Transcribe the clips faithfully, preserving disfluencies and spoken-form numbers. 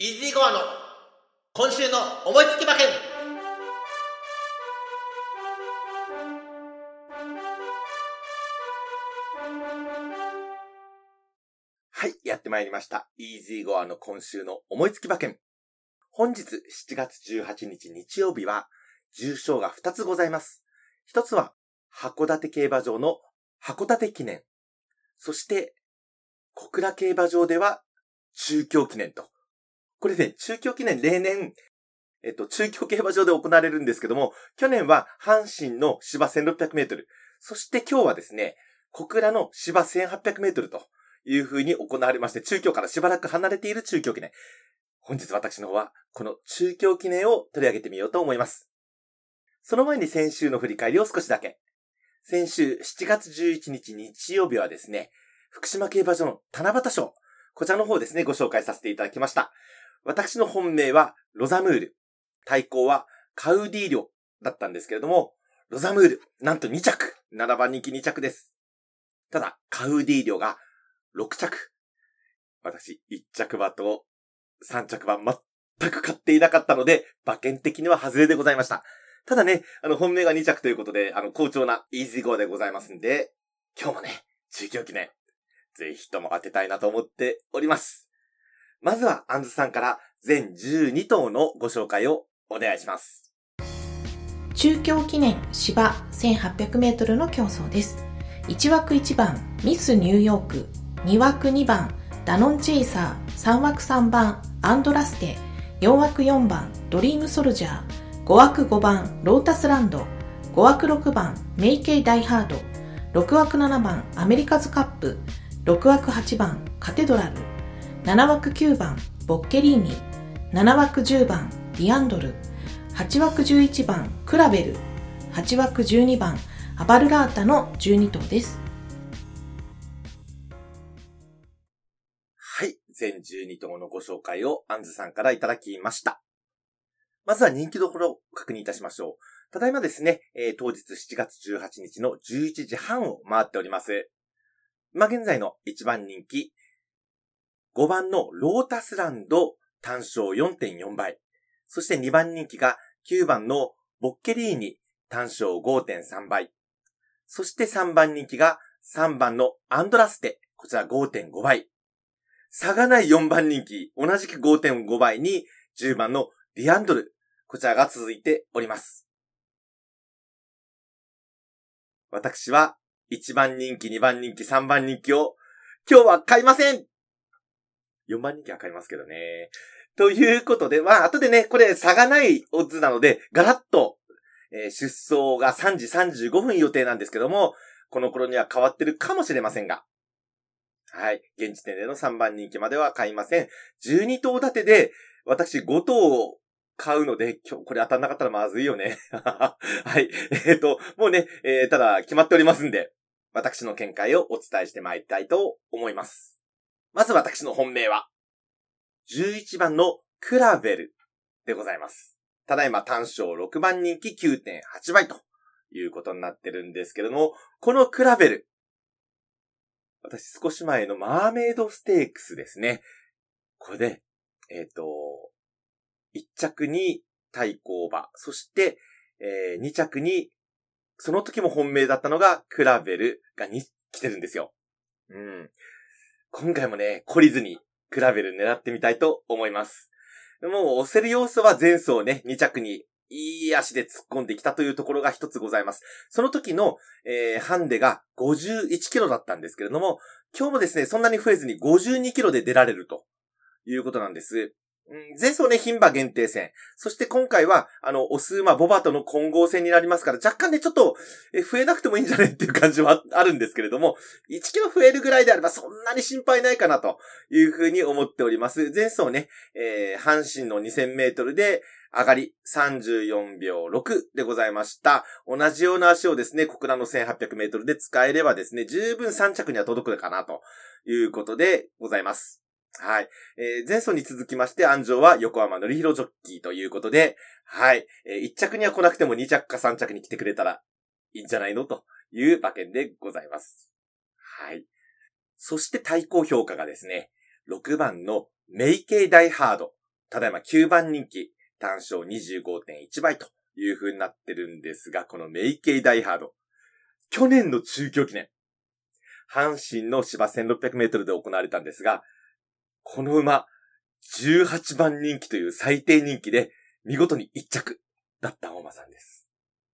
イージーゴアの今週の思いつき馬券。はい、やってまいりました。イージーゴアの今週の思いつき馬券。本日しちがつじゅうはちにち日曜日は重賞がふたつございます。ひとつは函館競馬場の函館記念。そして小倉競馬場では中京記念と。これね、中京記念例年、えっと、中京競馬場で行われるんですけども、去年は阪神の芝せんろっぴゃくメートル、そして今日はですね、小倉の芝せんはっぴゃくメートルという風に行われまして、中京からしばらく離れている中京記念。本日私の方は、この中京記念を取り上げてみようと思います。その前に先週の振り返りを少しだけ。先週しちがつじゅういちにち日曜日はですね、福島競馬場の七夕賞、こちらの方ですね、ご紹介させていただきました。私の本命はロザムール。対抗はカウディーリョだったんですけれども、ロザムール、なんとにちゃく。ななばん人気にちゃくです。ただ、カウディーリョがろくちゃく。私、いっちゃく馬とさんちゃく馬全く買っていなかったので、馬券的には外れでございました。ただね、あの、本命がにちゃくということで、あの、好調なイージーゴーでございますんで、今日もね、中京記念、ぜひとも当てたいなと思っております。まずは、アンズさんから全じゅうにとうのご紹介をお願いします。 中京記念芝せんはっぴゃくメートルの競争です。いちわくいちばんミスニューヨーク、にわくにばんダノンチェイサー、さんわくさんばんアンドラステ、よんわくよんばんドリームソルジャー、ごわくごばんロータスランド、ごわくろくばんメイケイダイハード、ろくわくななばんアメリカズカップ、ろくわくはちばんカテドラル、ななわくきゅうばんボッケリーニ、ななわくじゅうばんディアンドル、はちわくじゅういちばんクラベル、はちわくじゅうにばんアバルラータのじゅうにとうです。 はい、全じゅうにとうのご紹介をアンズさんからいただきました。まずは人気どころを確認いたしましょう。ただいまですね、えー、当日しちがつじゅうはちにちのじゅういちじはんを回っております。今現在のいちばん人気、ごばんのロータスランド単勝 よんてんよんばい。そしてにばん人気がきゅうばんのボッケリーニ単勝 ごてんさんばい。そしてさんばん人気がさんばんのアンドラステ。こちら ごてんごばい。差がないよんばん人気。同じく ごてんごばいにじゅうばんのディアンドル。こちらが続いております。私はいちばん人気、にばん人気、さんばん人気を今日は買いません。よんばん人気は買いますけどね。ということで、まあ、後でね、これ差がないオッズなので、ガラッと、えー、出走がさんじさんじゅうごふん予定なんですけども、この頃には変わってるかもしれませんが。はい。現時点でのさんばん人気までは買いません。じゅうにとう立てで、私ごとうを買うので、今日これ当たんなかったらまずいよね。はい。えっと、もうね、えー、ただ決まっておりますんで、私の見解をお伝えしてまいりたいと思います。まず私の本命は、じゅういちばんのクラベルでございます。ただいま単勝ろくばん人気 きゅうてんはちばいということになってるんですけども、このクラベル、私少し前のマーメイドステークスですね。これで、えっと、いっちゃくに対抗馬、そして、えー、にちゃくに、その時も本命だったのがクラベルがに来てるんですよ。うん。今回もね、懲りずにクラベル狙ってみたいと思います。もう押せる要素は前走ね、にちゃくにいい足で突っ込んできたというところが一つございます。その時の、えー、ハンデがごじゅういちキロだったんですけれども、今日もですね、そんなに増えずにごじゅうにキロで出られるということなんです。うん、前走ね、牝馬限定戦。そして今回は、あの、オス馬ボバとの混合戦になりますから、若干ね、ちょっと、え、増えなくてもいいんじゃねっていう感じはあるんですけれども、いちキロ増えるぐらいであればそんなに心配ないかなというふうに思っております。前走ね、えー、阪神のにせんメートルで上がりさんじゅうよんびょうろくでございました。同じような足をですね、小倉のせんはっぴゃくメートルで使えればですね、十分さんちゃくには届くかなということでございます。はい。えー、前走に続きまして、安城は横浜のりひろジョッキーということで、はい。えー、いっちゃくには来なくてもにちゃくかさんちゃくに来てくれたらいいんじゃないのという馬券でございます。はい。そして対抗評価がですね、ろくばんのメイケイダイハード。 ただいまきゅうばん人気、単勝 にじゅうごてんいち 倍という風になってるんですが、このメイケイダイハード。去年の中京記念、阪神の芝せんろっぴゃくメートルで行われたんですが、この馬、じゅうはちばん人気という最低人気で、見事にいっ着だった大馬さんです。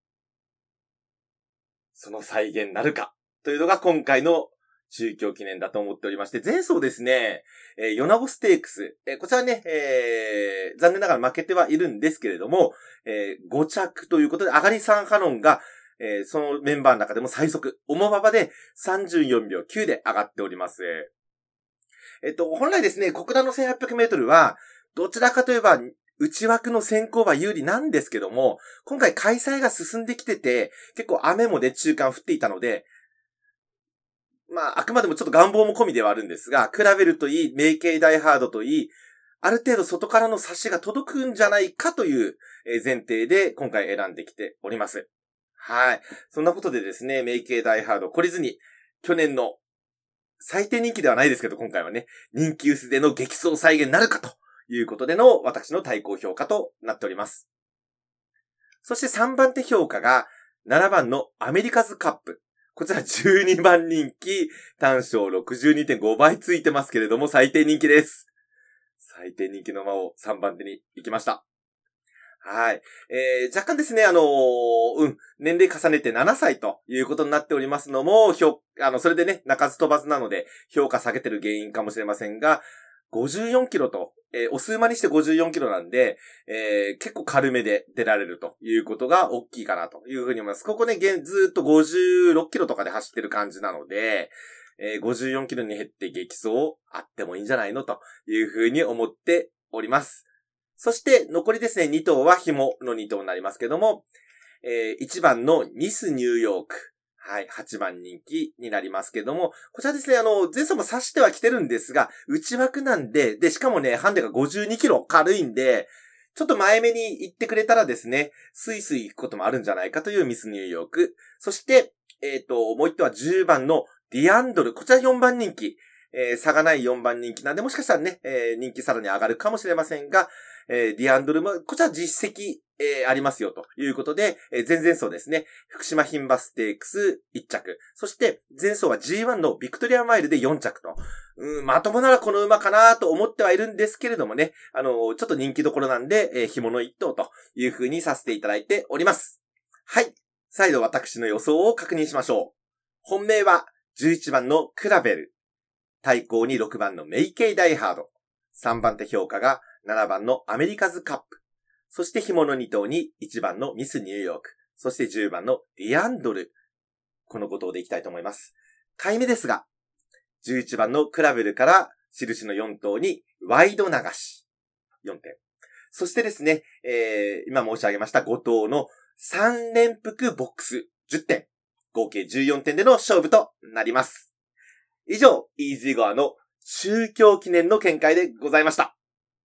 その再現なるかというのが今回の中京記念だと思っておりまして、前走ですね、えー、米子ステークス、えー、こちらね、えー、残念ながら負けてはいるんですけれども、えー、ご着ということで、上がりさんハノンが、えー、そのメンバーの中でも最速、重馬場でさんじゅうよんびょうきゅうで上がっております。えっと、本来ですね、小倉のせんはっぴゃくメートルは、どちらかといえば、内枠の先行は有利なんですけども、今回開催が進んできてて、結構雨もね、中間降っていたので、まあ、あくまでもちょっと願望も込みではあるんですが、比べるといい、メイケイダイハードといい、ある程度外からの差しが届くんじゃないかという前提で今回選んできております。はい。そんなことでですね、メイケイダイハード懲りずに、去年の最低人気ではないですけど、今回はね、人気薄での激走再現なるかということでの私の対抗評価となっております。そしてさんばん手評価がななばんのアメリカズカップ。こちらじゅうにばん人気、単勝 ろくじゅうにてんご 倍ついてますけれども、最低人気です。最低人気の馬をさんばん手に行きました。はい。えー、若干ですね、あのー、うん、年齢重ねてななさいということになっておりますのも、評、あの、それでね、鳴かず飛ばずなので、評価下げてる原因かもしれませんが、ごじゅうよんキロと、えー、お数馬にしてごじゅうよんキロなんで、えー、結構軽めで出られるということが大きいかなというふうに思います。ここね、現ずーっとごじゅうろっキロとかで走ってる感じなので、えー、ごじゅうよんキロに減って激走あってもいいんじゃないのというふうに思っております。そして、残りですね、に頭は紐のに頭になりますけども、えー、いちばんのミスニューヨーク。はい、はちばん人気になりますけども、こちらですね、あの、前走も指しては来てるんですが、内枠なんで、で、しかもね、ハンデがごじゅうにキロ軽いんで、ちょっと前目に行ってくれたらですね、スイスイ行くこともあるんじゃないかというミスニューヨーク。そして、えっと、もう一頭はじゅうばんのディアンドル。こちらよんばん人気。えー、差がないよんばん人気なんで、もしかしたらね、えー、人気さらに上がるかもしれませんが、えー、ディアンドルも、こちら実績、えー、ありますよということで、えー、前々走ですね、福島牝馬ステークスいっ着。そして、前走は ジーワン のビクトリアマイルでよん着と。うん、まともならこの馬かなと思ってはいるんですけれどもね、あのー、ちょっと人気どころなんで、えー、紐の一頭という風にさせていただいております。はい。再度私の予想を確認しましょう。本命はじゅういちばんのクラベル。対抗にろくばんのメイケイダイハード。さんばん手評価がななばんのアメリカズカップ。そして紐のに頭にいちばんのミスニューヨーク。そしてじゅうばんのディアンドル。このご頭でいきたいと思います。買い目ですが、じゅういちばんのクラベルから印のよん頭にワイド流し。よんてん。そしてですね、えー、今申し上げましたご頭のさん連複ボックスじゅってん。合計じゅうよんてんでの勝負となります。以上、イージーゴアの中京記念の見解でございました。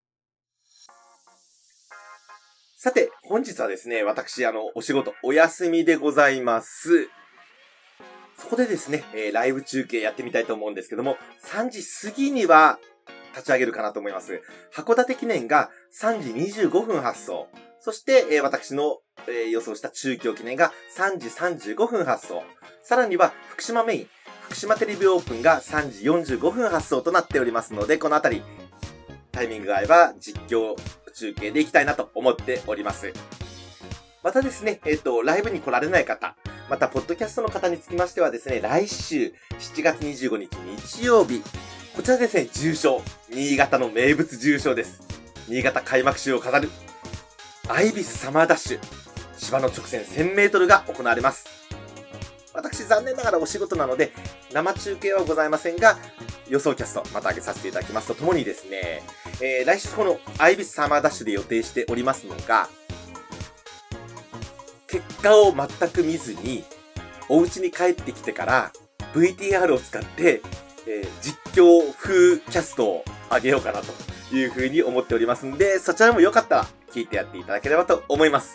さて、本日はですね、私、あの、お仕事、お休みでございます。そこでですね、えー、ライブ中継やってみたいと思うんですけども、さんじ過ぎには立ち上げるかなと思います。函館記念がさんじにじゅうごふん発送。そして、えー、私の、えー、予想した中京記念がさんじさんじゅうごふん発送。さらには、福島メイン。福島テレビオープンがさんじよんじゅうごふん発送となっておりますので、このあたり、タイミングが合えば実況中継でいきたいなと思っております。またですね、えっと、ライブに来られない方、また、ポッドキャストの方につきましてはですね、来週しちがつにじゅうごにち日曜日、こちらですね、重賞、新潟の名物重賞です。新潟開幕週を飾る、アイビスサマーダッシュ、芝の直線せんメートルが行われます。私残念ながらお仕事なので生中継はございませんが、予想キャストまた上げさせていただきますとともにですね、えー、来週このアイビスサマーダッシュで予定しておりますのが、結果を全く見ずにお家に帰ってきてから ブイティーアール を使って、えー、実況風キャストを上げようかなというふうに思っておりますんで、そちらもよかったら聞いてやっていただければと思います。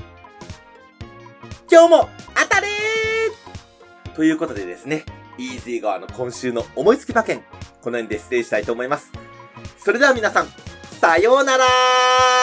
今日も当たれーということでですね、イージーゴアの今週の思いつき馬券、この辺で失礼したいと思います。それでは皆さん、ささようなら。